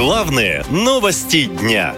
Главные новости дня.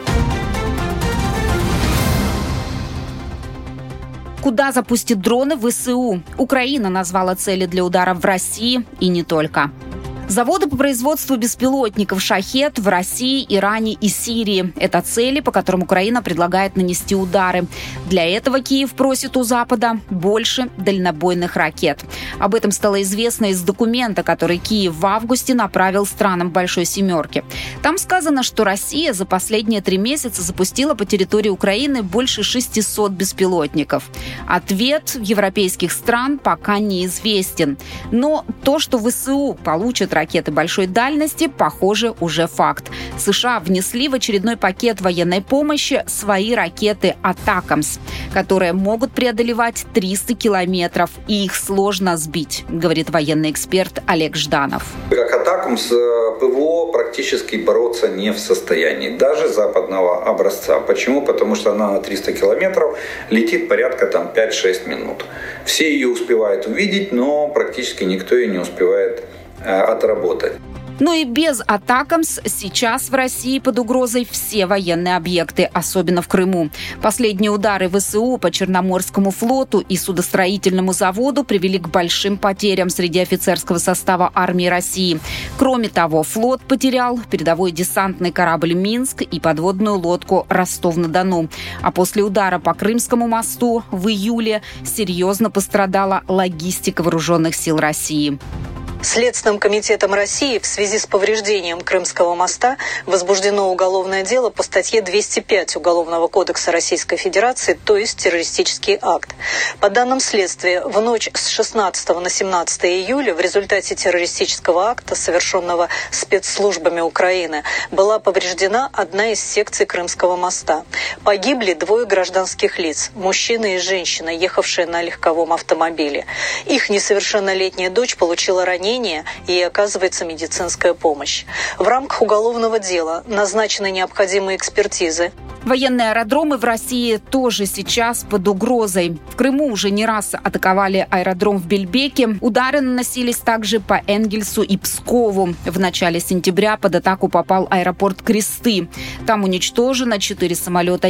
Куда запустит дроны ВСУ? Украина назвала цели для ударов в России и не только. Заводы по производству беспилотников «Шахед» в России, Иране и Сирии. Это цели, по которым Украина предлагает нанести удары. Для этого Киев просит у Запада больше дальнобойных ракет. Об этом стало известно из документа, который Киев в августе направил странам Большой Семерки. Там сказано, что Россия за последние 3 месяца запустила по территории Украины больше 600 беспилотников. Ответ европейских стран пока неизвестен. Но то, что ВСУ получат ракеты большой дальности, похоже, уже факт. США внесли в очередной пакет военной помощи свои ракеты «Атакамс», которые могут преодолевать 300 километров, и их сложно сбить, говорит военный эксперт Олег Жданов. Как «Атакамс» ПВО практически бороться не в состоянии, даже западного образца. Почему? Потому что она на 300 километров летит порядка 5-6 минут. Все ее успевают увидеть, но практически никто ее не успевает отработать. Но и без «Атакамс» сейчас в России под угрозой все военные объекты, особенно в Крыму. Последние удары ВСУ по Черноморскому флоту и судостроительному заводу привели к большим потерям среди офицерского состава армии России. Кроме того, флот потерял передовой десантный корабль «Минск» и подводную лодку «Ростов-на-Дону». А после удара по Крымскому мосту в июле серьезно пострадала логистика вооруженных сил России. Следственным комитетом России в связи с повреждением Крымского моста возбуждено уголовное дело по статье 205 Уголовного кодекса Российской Федерации, то есть террористический акт. По данным следствия, в ночь с 16 на 17 июля в результате террористического акта, совершенного спецслужбами Украины, была повреждена одна из секций Крымского моста. Погибли 2 гражданских лиц, мужчина и женщина, ехавшие на легковом автомобиле. Их несовершеннолетняя дочь получила ранение, и оказывается медицинская помощь. В рамках уголовного дела назначены необходимые экспертизы. Военные аэродромы в России тоже сейчас под угрозой. В Крыму уже не раз атаковали аэродром в Бельбеке. Удары наносились также по Энгельсу и Пскову. В начале сентября под атаку попал аэропорт Кресты. Там уничтожено 4 самолета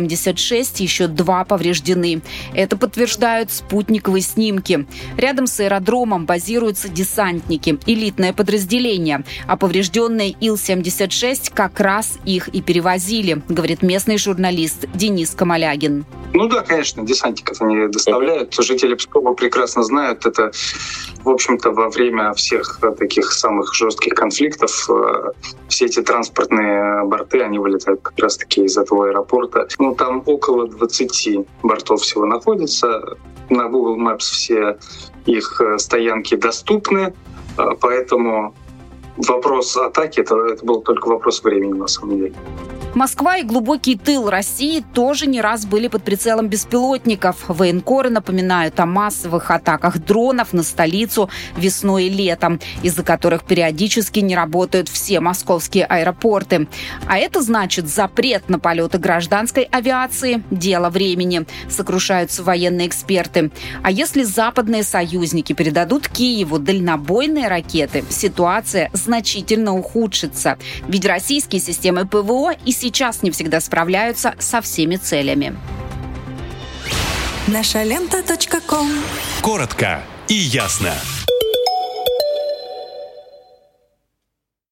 Ил-76, еще 2 повреждены. Это подтверждают спутниковые снимки. Рядом с аэродромом базируются десантники, элитное подразделение. А поврежденные Ил-76 как раз их и перевозили, говорит местный журналист Денис Камалягин. Да, конечно, десантников они доставляют. Жители Пскова прекрасно знают. Это, в общем-то, во время всех таких самых жестких конфликтов все эти транспортные борты, они вылетают как раз-таки из этого аэропорта. Там около 20 бортов всего находится. На Google Maps все их стоянки доступны, поэтому вопрос атаки — это был только вопрос времени на самом деле. Москва и глубокий тыл России тоже не раз были под прицелом беспилотников. Военкоры напоминают о массовых атаках дронов на столицу весной и летом, из-за которых периодически не работают все московские аэропорты. А это значит запрет на полеты гражданской авиации – дело времени, сокрушаются военные эксперты. А если западные союзники передадут Киеву дальнобойные ракеты, ситуация значительно ухудшится. Ведь российские системы ПВО и сейчас не всегда справляются со всеми целями. Нашалента.ком. Коротко и ясно.